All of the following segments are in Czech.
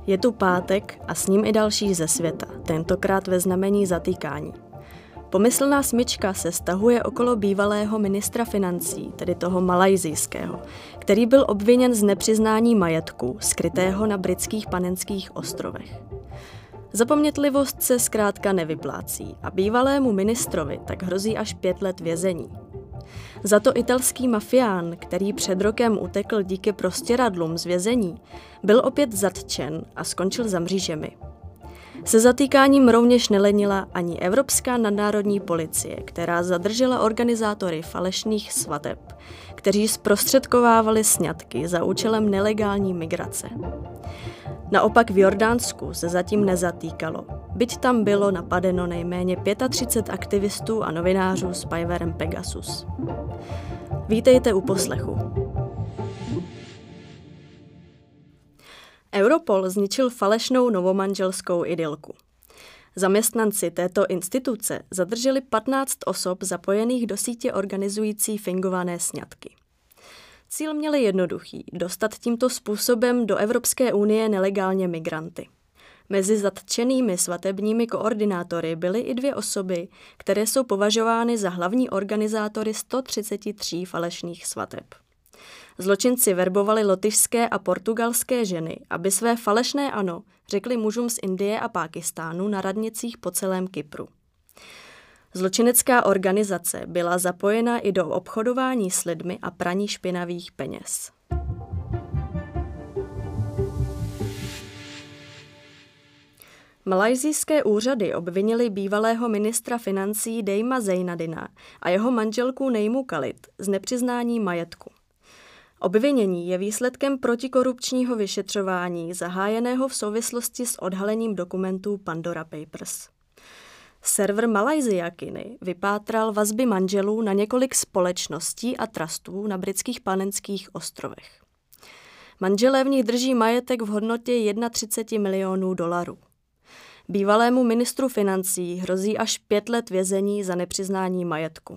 Je tu pátek a s ním i další ze světa, tentokrát ve znamení zatýkání. Pomyslná smyčka se stahuje okolo bývalého ministra financí, tedy toho malajsijského, který byl obviněn z nepřiznání majetku, skrytého na britských Panenských ostrovech. Zapomnětlivost se zkrátka nevyplácí a bývalému ministrovi tak hrozí až 5 let vězení. Za to italský mafián, který před rokem utekl díky prostěradlům z vězení, byl opět zatčen a skončil za mřížemi. Se zatýkáním rovněž nelenila ani Evropská nadnárodní policie, která zadržela organizátory falešných svateb, kteří zprostředkovávali sňatky za účelem nelegální migrace. Naopak v Jordánsku se zatím nezatýkalo, byť tam bylo napadeno nejméně 35 aktivistů a novinářů spywarem Pegasus. Vítejte u poslechu. Europol zničil falešnou novomanželskou idylku. Zaměstnanci této instituce zadrželi 15 osob zapojených do sítě organizující fingované sňatky. Cíl měli jednoduchý – dostat tímto způsobem do Evropské unie nelegálně migranty. Mezi zatčenými svatebními koordinátory byly i 2 osoby, které jsou považovány za hlavní organizátory 133 falešných svateb. Zločinci verbovali lotyšské a portugalské ženy, aby své falešné ano řekli mužům z Indie a Pákistánu na radnicích po celém Kypru. Zločinecká organizace byla zapojena i do obchodování s lidmi a praní špinavých peněz. Malajsijské úřady obvinili bývalého ministra financí Dejma Zejnadina a jeho manželku Nejmu Khalid z nepřiznání majetku. Obvinění je výsledkem protikorupčního vyšetřování zahájeného v souvislosti s odhalením dokumentů Pandora Papers. Server Malajziakiny vypátral vazby manželů na několik společností a trustů na britských Panenských ostrovech. Manželé v nich drží majetek v hodnotě 31 milionů dolarů. Bývalému ministru financí hrozí až 5 let vězení za nepřiznání majetku.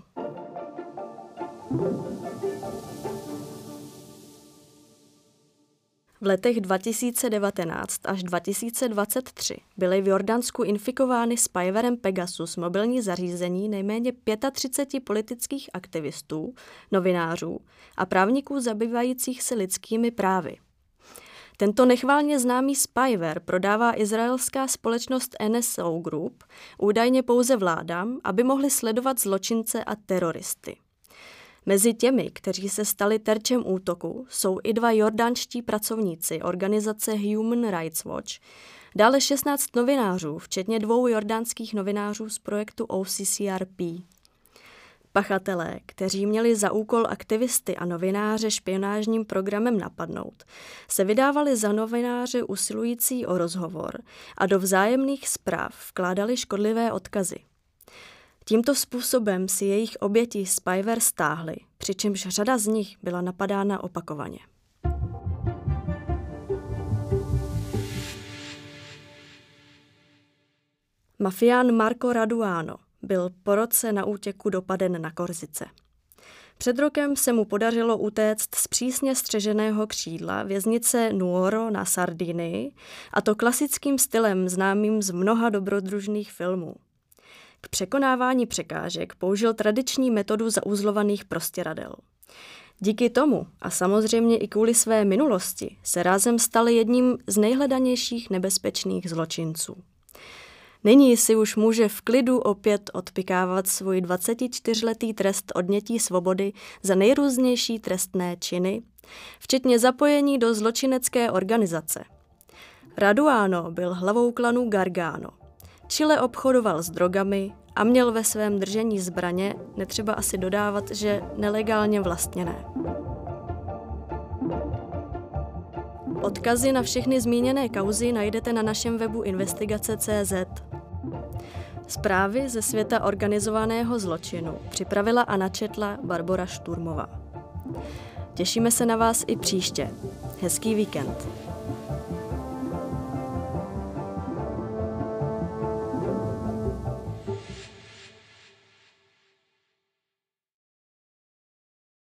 V letech 2019 až 2023 byly v Jordánsku infikovány spywarem Pegasus mobilní zařízení nejméně 35 politických aktivistů, novinářů a právníků zabývajících se lidskými právy. Tento nechvalně známý spyware prodává izraelská společnost NSO Group údajně pouze vládám, aby mohli sledovat zločince a teroristy. Mezi těmi, kteří se stali terčem útoku, jsou i 2 jordánští pracovníci organizace Human Rights Watch, dále 16 novinářů, včetně 2 jordánských novinářů z projektu OCCRP. Pachatelé, kteří měli za úkol aktivisty a novináře špionážním programem napadnout, se vydávali za novináře usilující o rozhovor a do vzájemných zpráv vkládali škodlivé odkazy. Tímto způsobem si jejich oběti spyware stáhli, přičemž řada z nich byla napadána opakovaně. Mafián Marco Raduano byl po roce na útěku dopaden na Korsice. Před rokem se mu podařilo utéct z přísně střeženého křídla věznice Nuoro na Sardinii, a to klasickým stylem známým z mnoha dobrodružných filmů. K překonávání překážek použil tradiční metodu zauzlovaných prostěradel. Díky tomu a samozřejmě i kvůli své minulosti se rázem stal jedním z nejhledanějších nebezpečných zločinců. Nyní si už může v klidu opět odpikávat svůj 24letý trest odnětí svobody za nejrůznější trestné činy, včetně zapojení do zločinecké organizace. Raduano byl hlavou klanu Gargano. Čile obchodoval s drogami a měl ve svém držení zbraně, netřeba asi dodávat, že nelegálně vlastněné. Odkazy na všechny zmíněné kauzy najdete na našem webu investigace.cz. Zprávy ze světa organizovaného zločinu připravila a načetla Barbora Šturmová. Těšíme se na vás i příště. Hezký víkend.